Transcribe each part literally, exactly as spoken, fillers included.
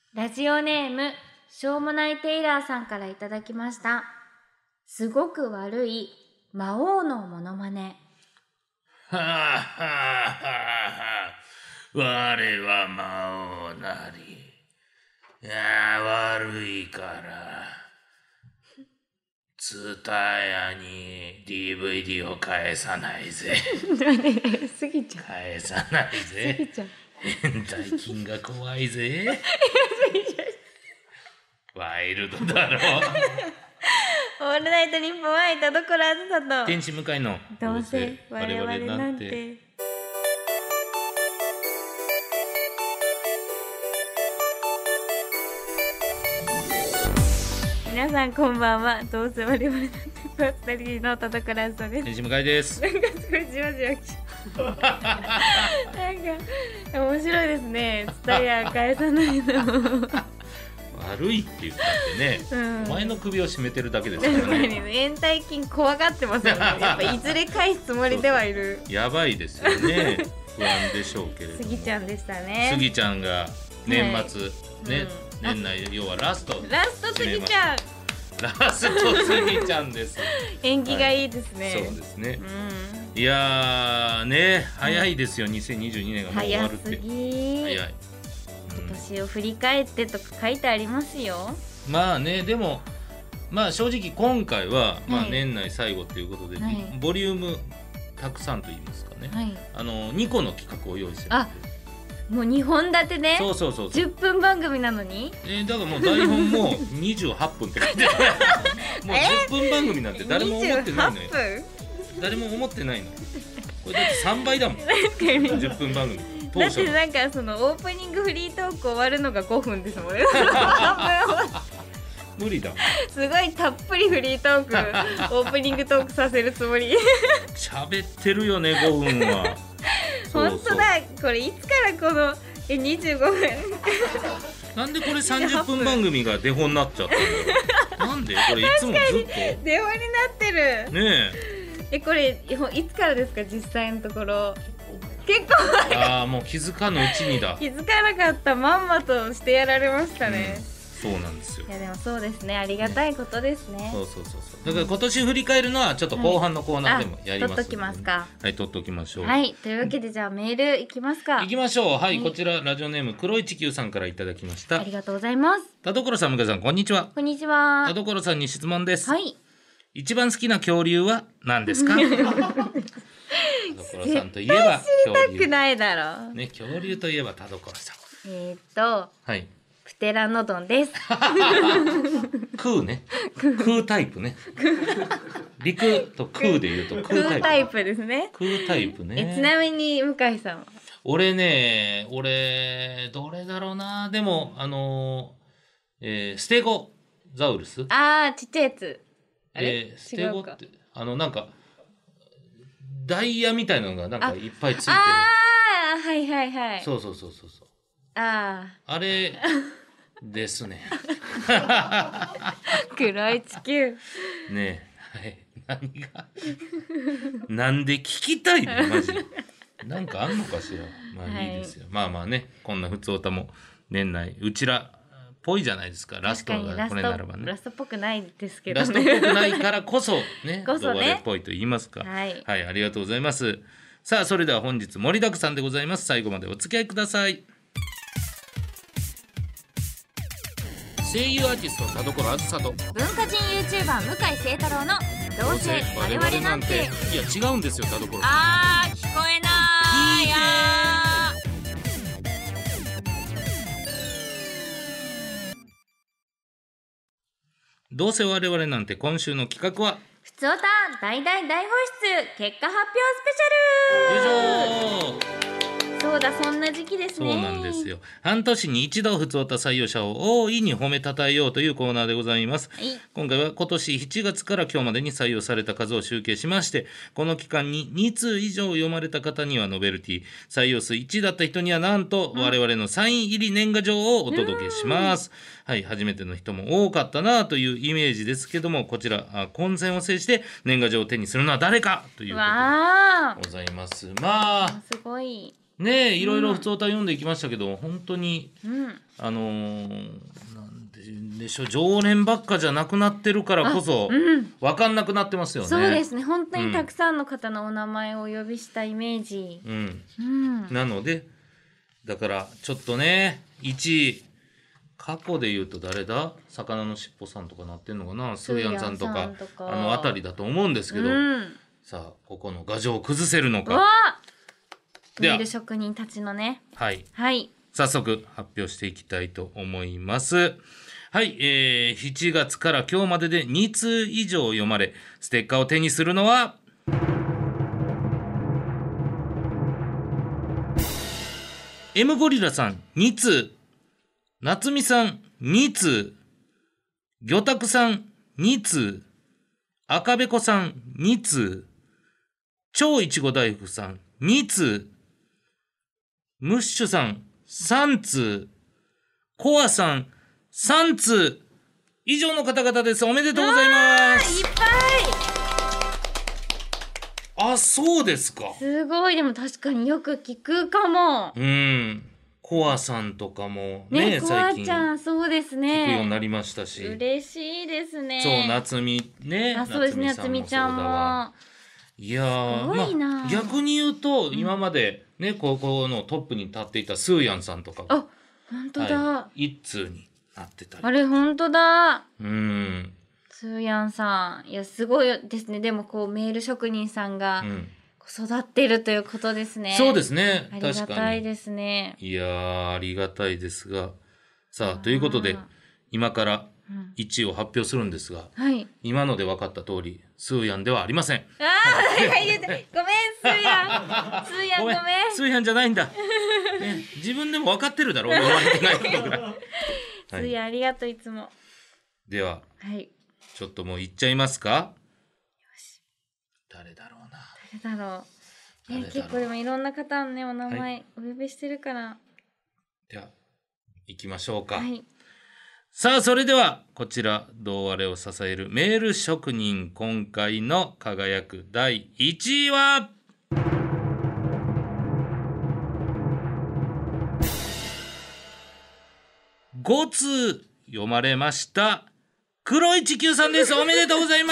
ラジオネームしょうもないテイラーさんからいただきました。すごく悪い魔王のモノマネ。 はあはあはあ、我は魔王なり。いや悪いからツタヤに ディーブイディー を返さないぜ。 すぎちゃん返さないぜ。 すぎちゃん変態金が怖いぜ。ワイルドだろう。 オールナイトニッポンは田所あずさと天使向かいのどうせ我々なんて。皆さんこんばんは。どうせ我々なんてパーソナリティの田所あずさです。 天使向かいです。 なんかすごいじわじわきなんか面白いですね。ツタヤ返さないの悪いって言ったってね、うん、お前の首を絞めてるだけですからね。 延滞金怖がってますよね。やっぱいずれ返すつもりではいる。 そうそうやばいですよね。不安でしょうけれども。 スギちゃんでしたね。 スギちゃんが年末、はい、ね、うん、年内要はラストラストスギちゃんラストスギちゃんです縁起がいいですね、 はい、そうですね、うん、いやーね早いですよ、うん、にせんにじゅうにねんがもう終わるって。 早すぎ。 早い。 今年を振り返ってとか書いてありますよ。 まあね、でもまあ正直今回は、まあ、年内最後ということで、はい、ボリュームたくさんと言いますかね、はい、あのにこの企画を用意してる。 あ、もうにほん立てね。 そうそうそうそう。 じゅっぷん番組なのに、 えー、だからもう台本もにじゅうはっぷんって書いてあるもうじゅっぷん番組なんて誰も思ってないのよ。誰も思ってないの。これだってさんばいだもんじゅっぷん番組だってなんかそのオープニングフリートーク終わるのがごふんですもんね無理だ。 すごいたっぷりフリートークオープニングトークさせるつもり喋ってるよねごふんは本当だ。これいつからこのえにじゅうごふんなんでこれさんじゅっぷん番組がデフォになっちゃったんだろう。なんでこれいつもずっとデフォになってるねえ。 えこれいつからですか実際のところ。結構ああもう気づかぬうちにだ。 気づかなかった。まんまとしてやられましたね、 うん、そうなんですよ。 いやでもそうですね、ありがたいことですね、ね。 そうそうそうそう。だから今年振り返るのはちょっと後半のコーナーでもやります、 はい、取っときますか。 はい、取っときましょう。 はい、というわけでじゃあメールいきますか。 いきましょう。はい、はい、こちらラジオネーム黒い地球さんからいただきました。 ありがとうございます。 田所さん、向井さん、こんにちは。 こんにちは。 田所さんに質問です。 はい。 一番好きな恐竜は何ですか？田所さんといえば恐竜。知りたくないだろう。 ね、恐竜といえば田所さん。 えー、っと、 はい。 プテラノドンです。 空ね。空タイプね。陸と空で言うと空タイプ。 空タイプですね。 空タイプね。 えちなみに向井さんは？ 俺ね、俺どれだろうな。でもあのーえー、ステゴザウルス。 あーちっちゃいやつ。あれ、 えー、ステゴってあのなんかダイヤみたいなのがなんかいっぱいついてる。 ああはいはいはい。 そうそうそうそうそう。 ああ。 あれですね。 黒い地球。 ねえ、はい、何がなんで聞きたいのマジ。なんかあんのかしら。まあいいですよ。はい、まあまあね、こんな普通歌も年内うちらっぽいじゃないですか。ラストがこれならばね。 ラストっぽくないですけどね。 ラストっぽくないからこそね、 こそね、 どれっぽいと言いますか。 はい、 はい、ありがとうございます。さあそれでは本日盛りだくさんでございます。最後までお付き合いください。声優アーティスト田所あずさと文化人 YouTuber 向井聖太郎のどうせ我々なんて。 いや違うんですよ田所。 あー聞こえないあどうせ我々なんて。今週の企画はふつおた大大大放出結果発表スペシャル。よいしょー。そうだそんな時期ですね。 そうなんですよ。半年に一度ふつおた採用者を大いに褒めたたえようというコーナーでございます、はい、今回は今年しちがつから今日までに採用された数を集計しまして、この期間にに通以上読まれた方にはノベルティ、採用数いちだった人にはなんと我々のサイン入り年賀状をお届けします、はい、初めての人も多かったなというイメージですけども、こちら混戦を制して年賀状を手にするのは誰かということでございます。まあすごいねえいろいろ普通歌読んでいきましたけど、本当にうん、 あのー、なんででしょう、常連ばっかじゃなくなってるからこそ、 うん、 分かんなくなってますよね。 そうですね、本当にたくさんの方のお名前をお呼びしたイメージ、 うんうん、 なのでだからちょっとねいちい過去で言うと誰だ、魚のしっぽさんとかなってんのかな、スーヤンさんとかスーヤンさんとかあのあたりだと思うんですけど、 うん、 さあここの牙城を崩せるのわか。 あではネイル職人たちのね、 はいはい早速発表していきたいと思います。はい、えー、しちがつから今日まででにつう以上読まれステッカーを手にするのはM ゴリラさんにつう、夏美さんにつう、魚拓さんにつう、赤べこさんにつう、超いちご大福さんにつう、ムッシュさんさんつう、コアさんさんつう、以上の方々です。おめでとうございます。 いっぱあ、そうですか。 いすごい、でも確かによく聞くかも。 うん、コアさんとかもね、 ねコア最近ちゃん、そうです聞くようにね。 なりましたし、 嬉しいですね。 そう夏美ね、 あ、そうですね、 夏美夏美ちゃんそうだわ。 も。 いやー、 すごいな、 まあ、逆に言うと、今までね高校のトップに立っていたスーヤンさんとかがあ、本当だ。 はい、一通になってたり、 あれ、本当だ。 うんスーヤンさん、いや、すごいですね。でも、こう、メール職人さんがうん育ってるということですね。 そうですね、 ありが確かに。 たいですね。 いやーありがたいですが、さあということで今からいちいを発表するんですが、 はい。 今ので分かった通りスーヤンではありません。 ああ、なんか言うて、ごめん、スーヤン。スーヤン、ごめん。 スーヤンじゃないんだ、ね、自分でも分かってるだろう、言われてないことぐらい、はスーヤン、ありがとう、いつも。 でははい。 ちょっともう言っちゃいますか。誰だろうな。 誰だろう。ね、 誰だろう結構でもいろんな方のね、お名前お呼びしてるから。 では行きましょうか、 はい。 さあそれではこちらどうあれを支えるメール職人、今回の輝くだいいちいはごつう読まれました黒い地球さんです。おめでとうございます。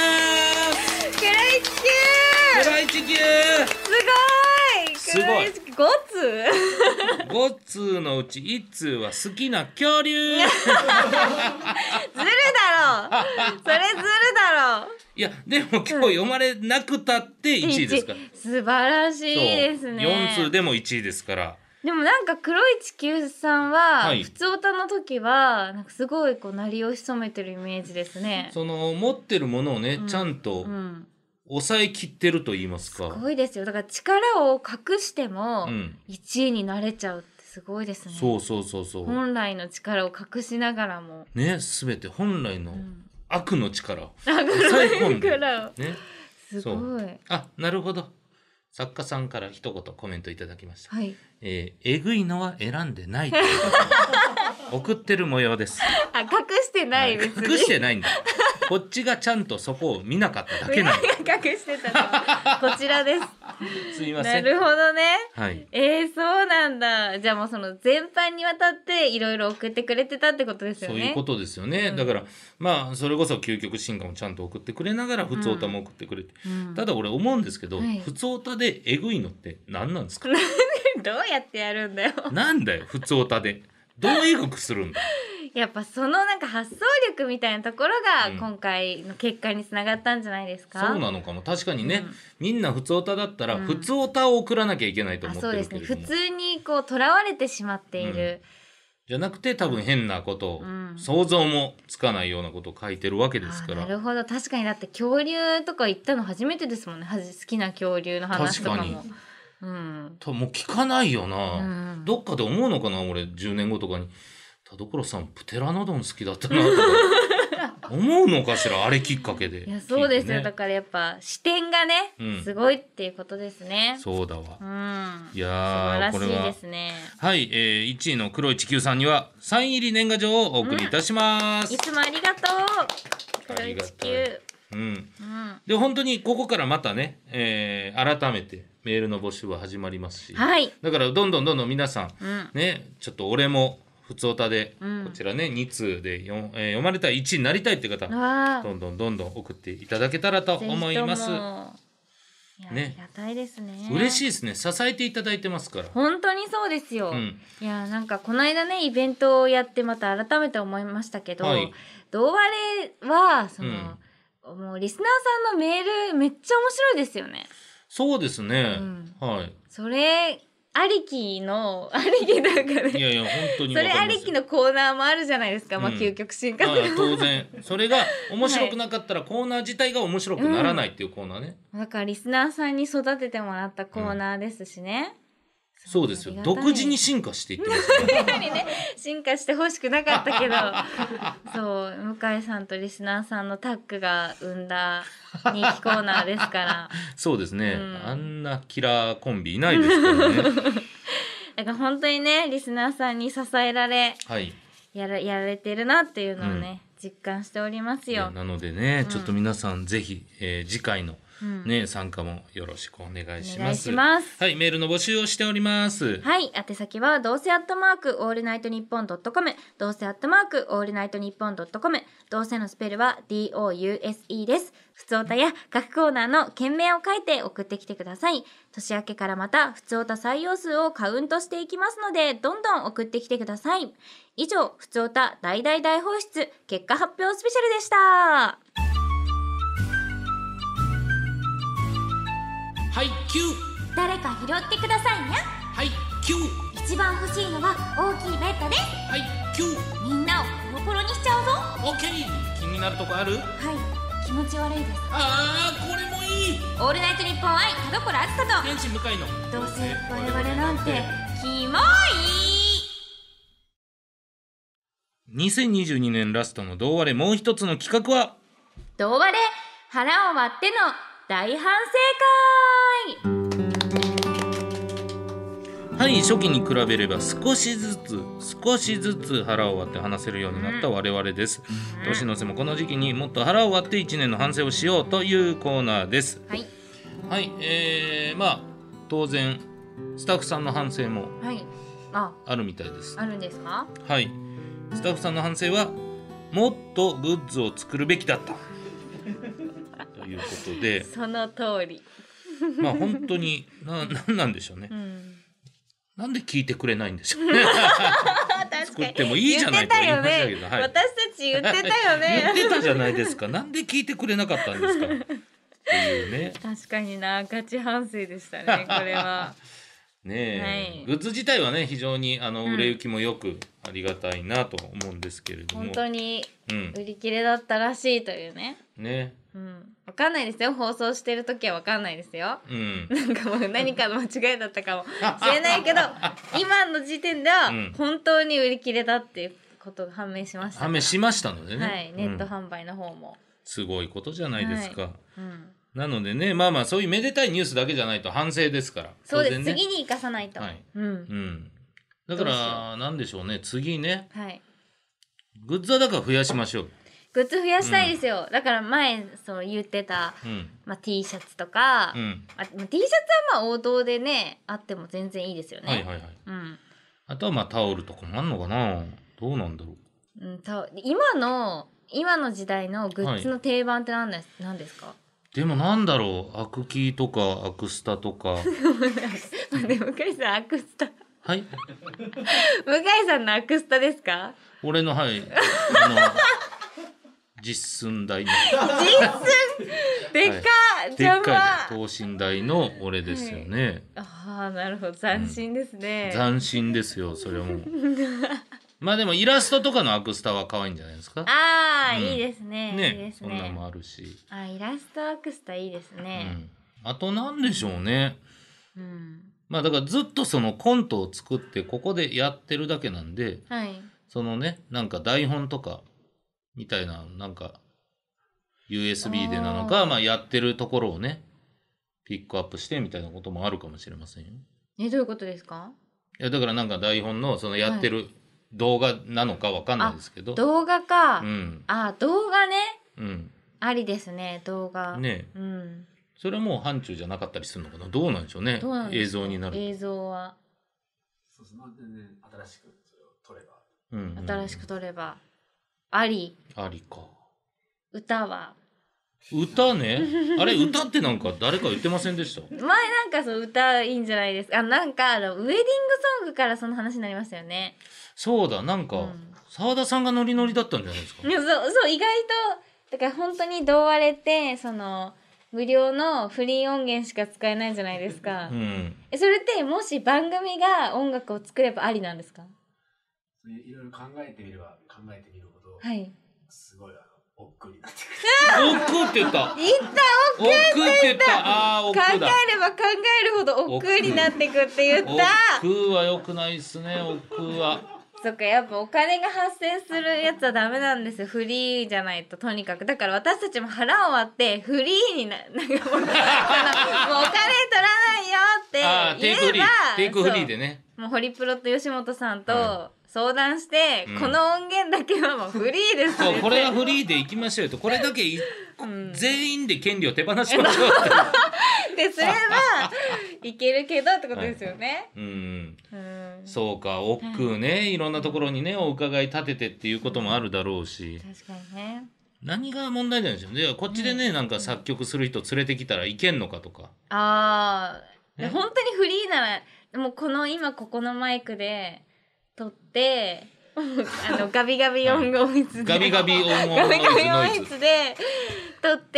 黒い地球。 黒い地球すごい。 すごい。 ごつごつうのうちいっつうは好きな恐竜。 ずるだろそれずるだろ。 いやでも今日読まれなくたっていちいですから、 素晴らしいですね。 よんつうでもいちいですから。 でもなんか黒い地球さんは、 はい、 普通歌の時はなんかすごいこう鳴りを潜めてるイメージですね。 その持ってるものをね、うん、ちゃんと抑えきってると言いますか、 すごいですよ。だから力を隠してもいちいになれちゃうってすごいですね、うん、 そうそうそうそう、 本来の力を隠しながらもね、全て本来の悪の力を抑え込んで、ね、すごい。 あ、なるほど。作家さんから一言コメントいただきました。 はい。 えー、えぐいのは選んでないという送ってる模様です。 あ、隠してない、別に隠してないんだ。こっちがちゃんとそこを見なかっただけなんだ。 隠してたのこちらですすいません。 なるほどね。 はい。 えー、そうなんだ。じゃあもうその全般にわたっていろいろ送ってくれてたってことですよね。 そういうことですよね、うん、だからまあそれこそ究極進化もちゃんと送ってくれながら普通歌も送ってくれて、うん、ただ俺思うんですけど、はい、普通歌でえぐいのって何なんですかどうやってやるんだよなんだよ普通歌でどうえぐくするんだやっぱそのなんか発想力みたいなところが今回の結果につながったんじゃないですか、 うん、そうなのかも。確かにね、うん、みんな普通歌だったら普通歌を送らなきゃいけないと思ってるけれども、 うん、そうですね、普通にこうとらわれてしまっている、うん、 じゃなくて多分変なことを、うん、想像もつかないようなことを書いてるわけですから。 なるほど。確かにだって恐竜とか言ったの初めてですもんね。好きな恐竜の話とかも。確かに、うん、 もう聞かないよな、うん、どっかで思うのかな俺じゅうねんごとかに田所さんプテラノドン好きだったなとか思うのかしらあれきっかけで、 いやそうですよ、ね、だからやっぱ視点がね、うん、すごいっていうことですね。 そうだわ、 うん、 いや素晴らしいですね。 はい、えー、いちいの黒い地球さんにはサイン入り年賀状をお送りいたします、 うん、いつもありがとう黒い地球。 うんうん、で本当にここからまたね、えー、改めてメールの募集は始まりますし、 はい、 だからどんどんどんどん皆さん、 うん、 ねちょっと俺もふつおたで、 うん、 こちらねに通でよ、えー、読まれたらいちになりたいって方どんどんどんどん送っていただけたらと思います。 いや、ね、ありがたいですね。 嬉しいですね。支えていただいてますから。 本当にそうですよ。 うん、 いやなんかこの間ねイベントをやってまた改めて思いましたけど、はい、どうあれはその、うん、もうリスナーさんのメールめっちゃ面白いですよね。 そうですね。うん、はい。 それありきのありきだからね。 いやいや本当にそれありきのコーナーもあるじゃないですか。うん、まあ究極進化、 まあ、当然それが面白くなかったら、はい、コーナー自体が面白くならないっていうコーナーね、 うん、だからリスナーさんに育ててもらったコーナーですしね、 うん、そうですよ。独自に進化していってますね。 ね進化してほしくなかったけどそう向井さんとリスナーさんのタッグが生んだ人気コーナーですからそうですね、うん、あんなキラーコンビいないですからねだから本当にねリスナーさんに支えられ、はい、やら、やられてるなっていうのをね、うん、実感しておりますよ。 なのでね、うん、ちょっと皆さんぜひ、えー、次回のね、うん、参加もよろしくお願いします。お願いします。はい、メールの募集をしております。 はい、宛先はどうせアットマークオールナイトニッポンドットコム、どうせアットマークオールナイトニッポンドットコム、どうせのスペルは ディーオーユーエスイー です。ふつおたや各コーナーの件名を書いて送ってきてください。年明けからまたふつおた採用数をカウントしていきますので、どんどん送ってきてください。以上、ふつおた大大大放出結果発表スペシャルでした。 はい、キュー。 誰か拾ってくださいね。 はい、キュー。 一番欲しいのは大きいベッドです。 はい、キュー。 みんなをコロコロにしちゃうぞ。 オッケー。気になるとこある？ はい、気持ち悪いです。 あー、これもいい。 オールナイトニッポン愛田所あずさと天使向かいのどうせ我々なんてキモい。 にせんにじゅうにねんラストのどうわれもう一つの企画はどうわれ腹を割っての大反省会。はい、初期に比べれば少しずつ少しずつ腹を割って話せるようになった我々です、うん、年の瀬もこの時期にもっと腹を割っていちねんの反省をしようというコーナーです。 はい、 はい、えー、まあ当然スタッフさんの反省もあるみたいです。 あるんですか？ はい、スタッフさんの反省はもっとグッズを作るべきだったということで、 その通りまあ本当にな、なんなんでしょうね、うん、なんで聞いてくれないんでしょうね作ってもいいじゃないと言いましたけど、はい、 私たち言ってたよね言ってたじゃないですか。なんで聞いてくれなかったんですかっていうね。 確かにな、ガチ反省でしたねこれはねえ、はい、グッズ自体はね非常にあの、うん、売れ行きもよくありがたいなと思うんですけれども、 本当に売り切れだったらしいというね、 うん、ね、 うん、分かんないですよ、放送してる時は分かんないですよ、 うん、 なんかもう何かの間違いだったかもしれないけど今の時点では本当に売り切れだっていうことが判明しました。 判明しましたのでね、 はい、ネット販売の方も、うん、 すごいことじゃないですか、はい、 うん、 なのでね、まあまあそういうめでたいニュースだけじゃないと反省ですから。 そうです、ね、次に生かさないと、はい、うん、うん、 だからなんでしょうね、次ね、 はい、 グッズはだから増やしましょう。 グッズ増やしたいですよ、うん、だから前そう言ってた、うん、まあ、T シャツとか、うん、あ T シャツはまあ王道でねあっても全然いいですよね。 はいはいはい、うん、あとはまあタオルとかもあんのかな、どうなんだろう、うん、タ今の今の時代のグッズの定番って何です、はい、何ですか？ でもなんだろう、アクキーとかアクスタとかで向井さんアクスタはい向井さんのアクスタですか？ 俺のはいあの実寸大の実寸でかっ、はい、 でっかい等身大の俺ですよね、 はい、ああなるほど、斬新ですね、 うん、斬新ですよそれはもうまあでもイラストとかのアクスタは可愛いんじゃないですか。 ああ、うん、いいですね。 ね、 いいですね。 そんなのもあるし。 あ、イラストアクスタいいですね。 うん、あとなんでしょうね。 うん、 まあだからずっとそのコントを作ってここでやってるだけなんで、 はい、 そのねなんか台本とかみたいななんか ユーエスビー でなのかまあやってるところをねピックアップしてみたいなこともあるかもしれませんよ。 え、どういうことですか？ いやだからなんか台本のそのやってる、はい、動画なのかわかんないですけど、 動画か、 うん、 あ動画ね、 うん、 ありですね動画ね、 うん、 それはもう範疇じゃなかったりするのかな、どうなんでしょうね。 どうなんですか映像になる。 映像はそうそう、まあ、全然新しくそれを撮れば。 うんうんうん、 新しく撮ればあり。 ありか。 歌は歌ね。あれ歌ってなんか誰か言ってませんでした？ 前なんかそう歌いいんじゃないですか。あなんかあのウェディングソングからその話になりましたよね。 そうだ、なんか澤、うん、田さんがノリノリだったんじゃないですか。 いやそうそう意外とだから本当にどうあれってその無料のフリー音源しか使えないじゃないですか、 うん、 それってもし番組が音楽を作ればありなんですか？ いろいろ考えてみれば考えてみるほど、 はい、 すごいあの億劫になってくる。億劫って言った。 言った億劫って言った。 あー、億劫だ。 考えれば考えるほど億劫になってくって言った。 億劫は良くないっすね。億劫は。 そっか、やっぱお金が発生するやつはダメなんですよ。フリーじゃないと。とにかくだから私たちも腹を割ってフリーにななんかもうもうお金取らないよって言えばテイクフリーでね、 もうホリプロと吉本さんと相談して、うん、この音源だけはもうフリーですそうこれはフリーでいきましょうよと、これだけ、うん、全員で権利を手放しましょうってですればいけるけどってことですよね、 はい、うんうんそうか、億劫ね、はい、いろんなところにねお伺い立ててっていうこともあるだろうし、 確かにね、 何が問題なんでしょうね。こっちでね、うん、なんか作曲する人連れてきたらいけんのかとか、 ああ、ね、本当にフリーならもうこの今ここのマイクで撮ってあのガビガビ音音質で、はい、ガビガビ音音質で撮って、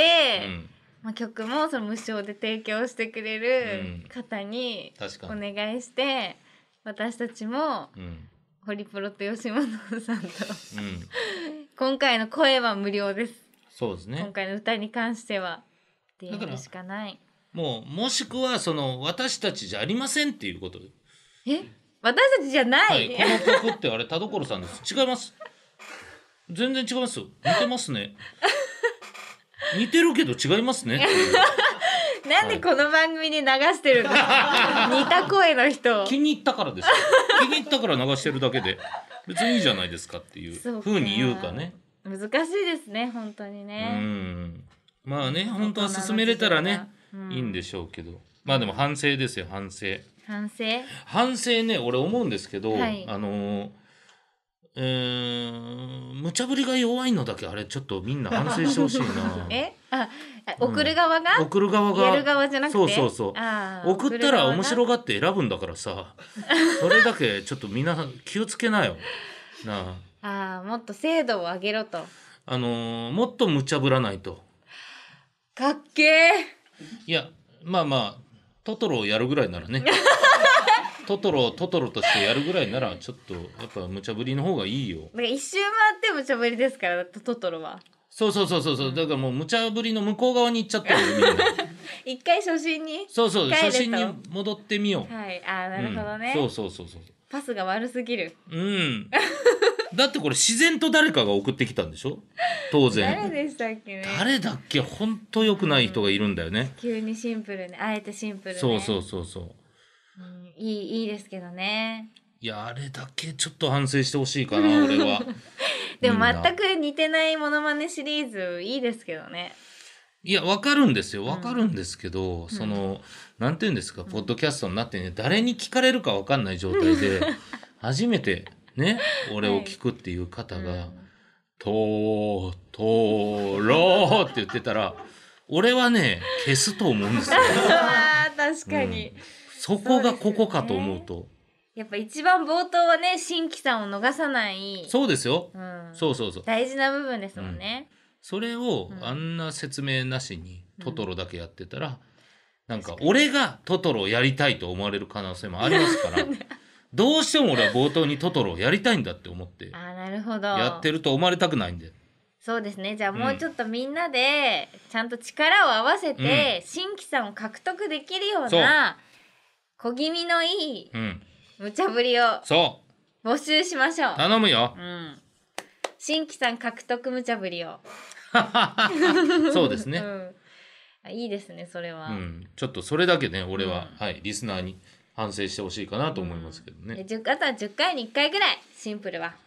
うんまあ、曲もその無償で提供してくれる方にお願いして、うん、私たちも、うん、ホリプロと吉本さんと、うん、今回の声は無料です。 そうですね。 今回の歌に関してはっていうしかない。 もうもしくはその私たちじゃありませんっていうこと。 え私たちじゃない、 はい、この曲ってあれ田所さんです。違います。全然違いますよ。似てますね。似てるけど違いますね。 なんでこの番組で流してるんですか。似た声の人。 気に入ったからです。気に入ったから流してるだけで別にいいじゃないですかっていう風に言うかね。 難しいですね本当にね。 うんまあね本当は進めれたらね、うん、いいんでしょうけど、まあでも反省ですよ反省。 反省反省ね俺思うんですけど、はい、あのえー、無茶ぶりが弱いのだけあれちょっとみんな反省してほしいな。 えあ送る側が、 うん、送る側がやる側じゃなくてそうそうそうあ送ったら面白がって選ぶんだからさそれだけちょっとみんな気をつけなよなああもっと精度を上げろとあのー、もっと無茶ぶらないとかっけーいやまあまあトトロをやるぐらいならねトトロトトロとしてやるぐらいならちょっとやっぱ無茶ぶりの方がいいよ。 だから一周回って無茶ぶりですからトトロは。 そうそうそうそうそう、うん、だからもう無茶ぶりの向こう側に行っちゃったよみんな。 一回初心にそうそう初心に戻ってみよう。 はいあーなるほどね、 うん、そうそうそうそうパスが悪すぎる。 うんだってこれ自然と誰かが送ってきたんでしょ当然。 誰でしたっけね。 誰だっけほんと良くない人がいるんだよね、うん、 急にシンプルねあえてシンプルね。 そうそうそうそう、 うん、いいいいですけどね。 いやあれだけちょっと反省してほしいかな俺は。 でも全く似てないモノマネシリーズいいですけどね。 いや分かるんですよ分かるんですけど、うん、そのなんていうんですか、うん、ポッドキャストになってね誰に聞かれるか分かんない状態で初めてね俺を聞くっていう方が、はい、とーとーろーって言ってたら俺はね消すと思うんですよ。 あ確かに、 うん、そこがここかと思うとやっぱ一番冒頭はね新規さんを逃さないそうですよ、うん、そうそうそう大事な部分ですもんね、うん、 それをあんな説明なしにトトロだけやってたら、うん、なんか俺がトトロをやりたいと思われる可能性もありますからどうしても俺は冒頭にトトロをやりたいんだって思ってあなるほどやってると思われたくないんで。 そうですねじゃあもうちょっとみんなでちゃんと力を合わせて、うん、新規さんを獲得できるような小気味のいい、うん無茶ぶりを募集しましょう。 頼むよ、 うん、新規さん獲得無茶ぶりをそうですね、 うん、いいですねそれは、うん、 ちょっとそれだけね俺は、うん、はいリスナーに反省してほしいかなと思いますけどね、 うん、あとはじゅっかいにいっかいぐらいシンプルは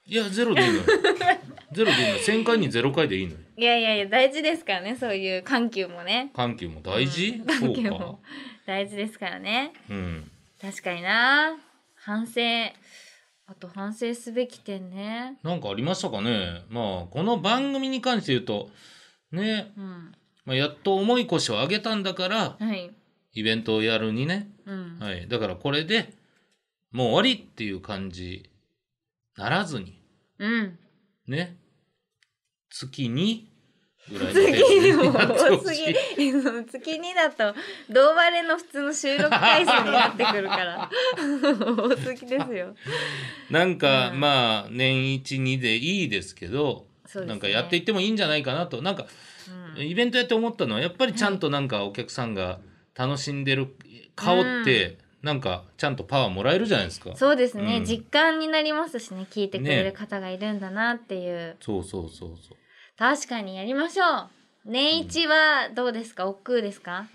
いやゼロでいいのよゼロでいいのよ、せんかいにゼロかいでいいのよ。 いやいやいや大事ですからね、そういう緩急もね。 緩急も大事、 うん、 そう緩急かも大事ですからね。 うん。 確かにな。反省、あと反省すべき点ね。 なんかありましたかね。まあこの番組に関して言うとね、 うんまあ、やっと重い腰を上げたんだからはいイベントをやるにね、 うんはい、だからこれでもう終わりっていう感じならずにうんね、月にぐらいの次ペースでもやってほしい。 次月にだと同バレの普通の収録回数になってくるから多すぎですよ。 なんか、 うん、 まあ年一にでいいですけど、 そうですね、 なんかやっていってもいいんじゃないかなと。なんか、うん、イベントやって思ったのはやっぱりちゃんとなんかお客さんが楽しんでる顔って、うん、なんかちゃんとパワーもらえるじゃないですか。 そうですね、 うん、 実感になりますしね、聞いてくれる方がいるんだなっていう、ね、 そうそうそうそう、 確かにやりましょう。年一はどうですか、億劫ですか？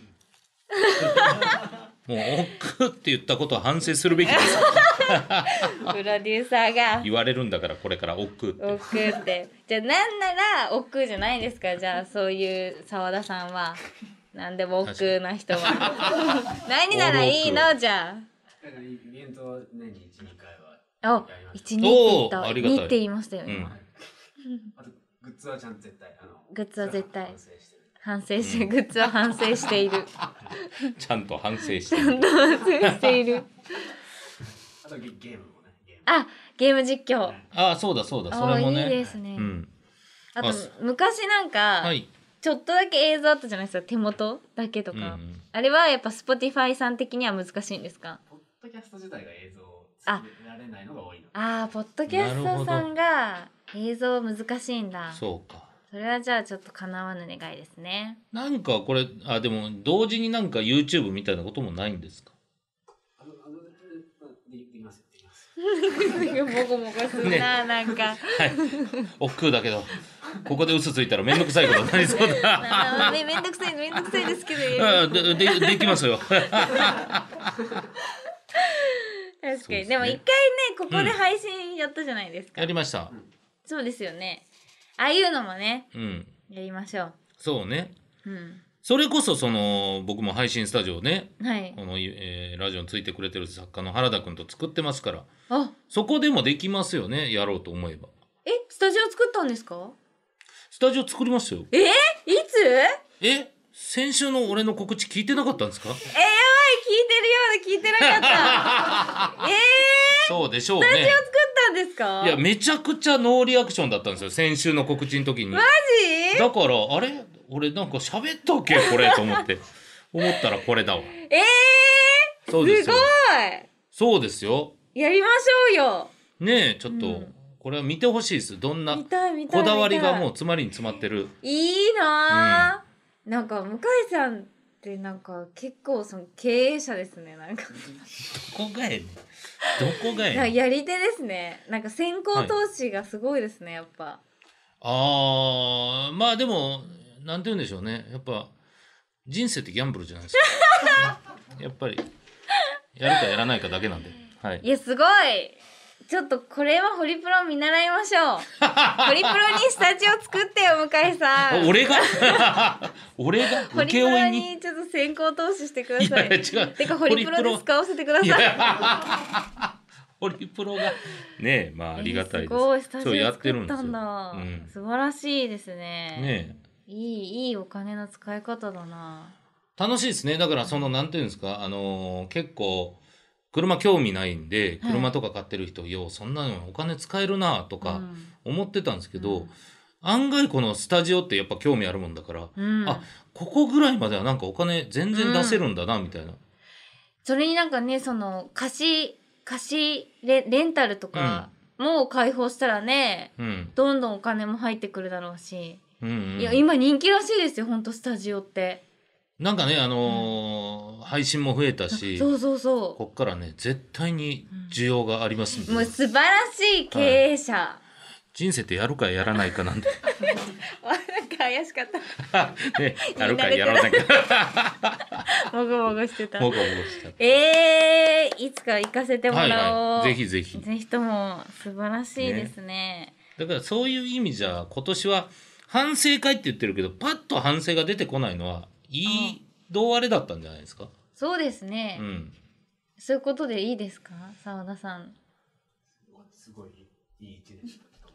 もう億劫って言ったことは反省するべきですプロデューサーが言われるんだから、これから億劫って億劫ってじゃあなんなら億劫じゃないですか。じゃあそういう澤田さんは何でも億劫な人は何ならいいの？じゃあイベントは年にいち、にかいはあ、いち、にって言った。 ありがたいにって言いましたよね、 うん、 あとグッズはちゃんと絶対あのグッズは絶対反省してる反省して、うん、グッズは反省しているちゃんと反省しているちゃんと反省しているあとゲームもね、ゲームあ、ゲーム実況、 ああ、そうだそうだ、それもねいいですね、 うん、 あと昔なんか、 はい、 ちょっとだけ映像あったじゃないですか、手元だけとか、うんうん、あれはやっぱ Spotify さん的には難しいんですか？ ポッドキャスト自体が映像を作られないのが多いの。 ああ、ポッドキャストさんが映像難しいんだ。 そうか、 それはじゃあちょっと叶わぬ願いですね。 なんかこれ、あ、でも同時になんか YouTube みたいなこともないんですか？ あのあのでできますよ、できます。 もごもごするな、ね、なんか。はい。 億劫だけど、ここで嘘ついたらめんどくさいことになりそうだ。 めめんどくさいめんどくさいですけど。 あででできますよ。 確かに、ね、でも一回ねここで配信やったじゃないですか。 うん、やりました。 そうですよね。ああいうのもね、 うん、 やりましょう。 そうね、 うん、 それこそその僕も配信スタジオね、 はい、 この、えー、ラジオについてくれてる作家の原田くんと作ってますから、 あ、 そこでもできますよね、やろうと思えば。 え、スタジオ作ったんですか？ スタジオ作りましたよ。 えー、いつ？ え、先週の俺の告知聞いてなかったんですか？えー、やばい、 聞いてるようで聞いてなかったえー、 そうでしょうね。 スタジオ作ったんですか？ いや、めちゃくちゃノーリアクションだったんですよ、先週の告知の時に。 マジ？ だからあれ、俺なんか喋ったっけこれと思って思ったらこれだわ。 えー、 そうですよ。 すごい。 そうですよ。 やりましょうよ。 ねえ、ちょっと、うん、これは見てほしいです。どんなこだわりがもう詰まりに詰まってる。 いいな、うん、なんか向井さんってなんか結構その経営者ですね。なんかどこがやねん、どこがやねん。 やり手ですね。なんか先行投資がすごいですね、はい、やっぱ。 あー、まあでもなんて言うんでしょうね、やっぱ人生ってギャンブルじゃないですかやっぱりやるかやらないかだけなんで、はい、 いやすごい。ちょっとこれはホリプロ見習いましょうホリプロにスタジオ作ってよ向井さん。 俺が俺がホリプロにちょっと先行投資してください。 いや違う、 てかホリプロで使わせてください。いホリプロがねえ、まあありがたいです。 すごいスタジオやって作っるんですよ。 たんだ、 うん、 素晴らしいですね。 ねえ、いいいいお金の使い方だな。 楽しいですね。だからそのなんていうんですか、あのー、結構車興味ないんで車とか買ってる人、はい、ようそんなのお金使えるなとか思ってたんですけど、うん、案外このスタジオってやっぱ興味あるもんだから、うん、あ、ここぐらいまではなんかお金全然出せるんだなみたいな、うん、 それになんかね、その貸し貸し レ, レンタルとかも開放したらね、うん、どんどんお金も入ってくるだろうし、うんうん、いや今人気らしいですよ、ほんとスタジオって。 なんかね、あのーうん、配信も増えたし、 そうそうそう、 こっからね絶対に需要がありますんで、 うん、もう素晴らしい経営者、は人生ってやるかやらないかなんてなんか怪しかったね、やるかやらないかもぐもぐしてたもごもごしたえー、いつか行かせてもらおう、 はいはい、ぜひぜひぜひとも素晴らしいですね。 だからそういう意味じゃ今年は反省会って言ってるけどパッと反省が出てこないのはいいどうあれだったんじゃないですか。 そうですね、 うん、 そういうことでいいですか澤田さん。 すごいいい一年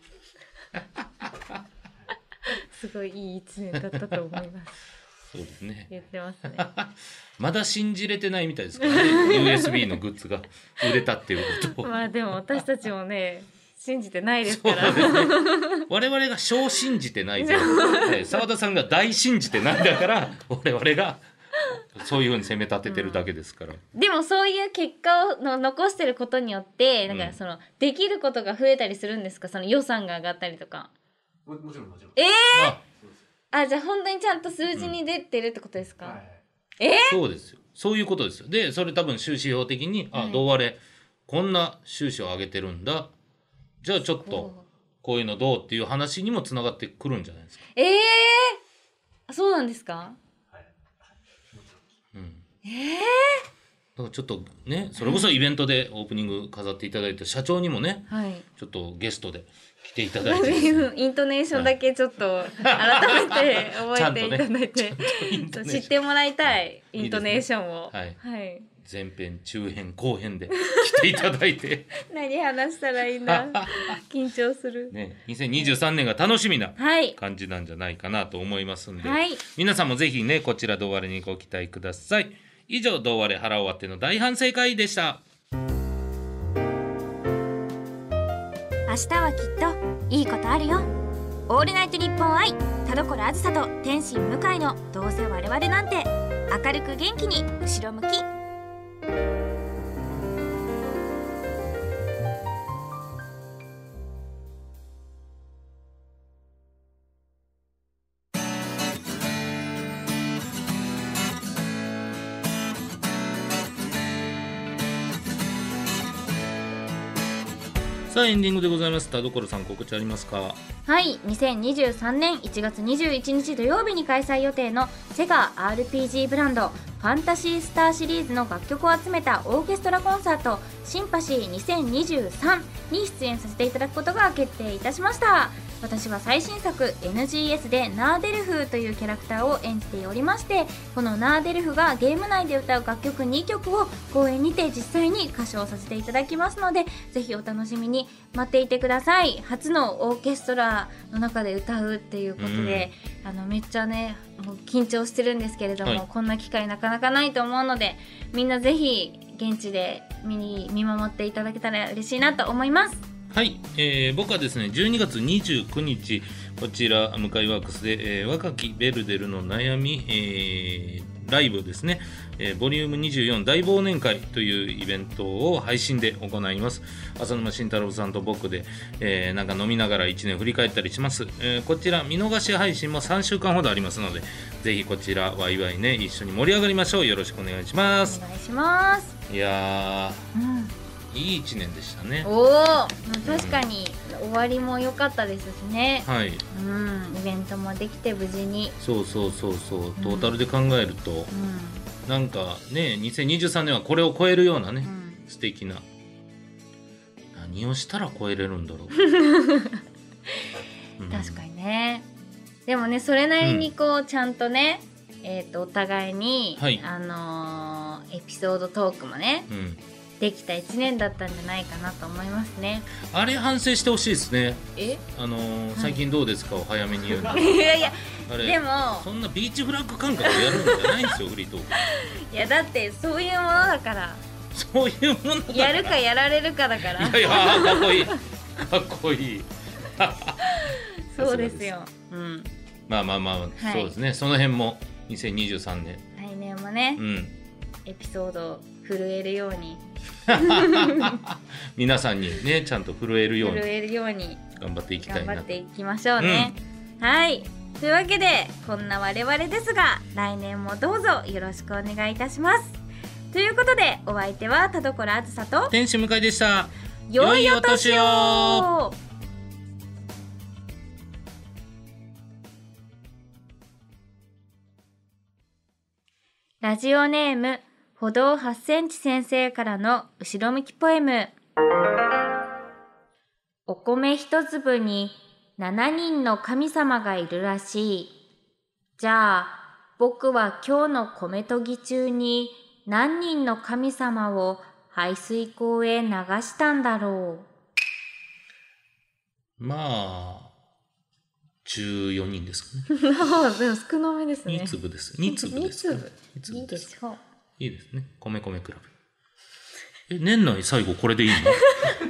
すごいいい一年だったと思いますそうですね。 言ってますねまだ信じれてないみたいですからねユーエスビー のグッズが売れたっていうことをまあでも私たちもね信じてないですから。 そうですね、我々が小信じてないで澤田さんが大信じてないんだから我々がそういうふうに攻め立ててるだけですから、 うん、でもそういう結果をの残してることによってだからその、うん、できることが増えたりするんですか。その予算が上がったりとか。 も, もちろんもちろん。 えー、あ, あじゃあ本当にちゃんと数字に出てるってことですか、うんはい、えー、 そうですよ。そういうことですよ。でそれ多分収支表的に、はい、あどうあれこんな収支を上げてるんだじゃあちょっとこういうのどうっていう話にもつながってくるんじゃないですか。 えー、あそうなんですか。 うん、 えー、 だからちょっとねそれこそイベントでオープニング飾っていただいた社長にもね、はい、ちょっとゲストで来ていただいて、ね、 イントネーションだけちょっと改めて覚えていただいて、ね、知ってもらいたいイントネーションを、 はいはい、前編中編後編で来ていただいて何話したらいいんだ緊張する、 ね、にせんにじゅうさんねんが楽しみな感じなんじゃないかなと思いますんで、はい、皆さんもぜひねこちらどうわれにご期待ください。以上どうわれ腹終わっての大反省会でした。 明日はきっといいことあるよ。オールナイトニッポン愛田所あずさと天心向井のどうせ我々なんて明るく元気に後ろ向き。 さあエンディングでございます。田所さん告知ありますか。 はい、にせんにじゅうさんねんいちがつにじゅういちにち土曜日に開催予定のセガ アールピージー ブランドファンタシースターシリーズの楽曲を集めたオーケストラコンサートシンパシーにせんにじゅうさんに出演させていただくことが決定いたしました。私は最新作 エヌジーエス でナーデルフというキャラクターを演じておりまして、このナーデルフがゲーム内で歌う楽曲にきょくを公演にて実際に歌唱させていただきますので、ぜひお楽しみに待っていてください。初のオーケストラの中で歌うっていうことで、うん、あのめっちゃねもう緊張してるんですけれども、はい、こんな機会なかなかないと思うので、みんなぜひ現地で見に見守っていただけたら嬉しいなと思います。 はい、えー、僕はですねじゅうにがつにじゅうくにちこちら向井ワークスで、えー、若きベルデルの悩み、えー、ライブですね、えー、ボリュームにじゅうよん大忘年会というイベントを配信で行います。浅沼慎太郎さんと僕で、えー、なんか飲みながらいちねん振り返ったりします、えー、こちら見逃し配信もさんしゅうかんほどありますので、ぜひこちらワイワイね一緒に盛り上がりましょう。よろしくお願いします。 お願いします。 いやー、うんいいいちねんでしたね。 おお、確かに、うん、終わりも良かったですしね。 はい。 うん、イベントもできて無事に。 そうそうそうそう、トータルで考えると、うん、なんかね、にせんにじゅうさんねんはこれを超えるようなね、うん、素敵な。何をしたら超えれるんだろう。 うん、確かにね。でもね、それなりにこう、うん、ちゃんとね、えっとお互いに、はい、あのー、エピソードトークもね。うんできたいちねんだったんじゃないかなと思いますね。 あれ反省してほしいですね。 えあのー、最近どうですかを早めに言うの。 いやいやあれでもそんなビーチフラッグ感覚でやるんじゃないんですよフリートーク。 いやだってそういうものだから。 そういうものだから。 やるかやられるかだから。 いやいやかっこいいかっこいい。 そうですよ。うん。 まあまあまあ、はい、そうですね。その辺もにせんにじゅうさんねん。 来年もね。 うん。 エピソード震えるように。 皆さんにねちゃんと震えるように震えるように頑張っていきたいなと頑張っていきましょうね、うん、はいというわけでこんな我々ですが来年もどうぞよろしくお願いいたします。ということでお相手は田所あずさと天使向井でした。 良いお年を。 ラジオネーム歩道はちセンチ先生からの後ろ向きポエム。お米一粒にしちにんの神様がいるらしい。じゃあ僕は今日の米研ぎ中に何人の神様を排水溝へ流したんだろう。まあじゅうよにんですかね。 でも少なめですね。 に粒です。に粒ですか、ね。 に粒。いいでしょう。 いいですね。米米クラブ。え、年内最後これでいいの？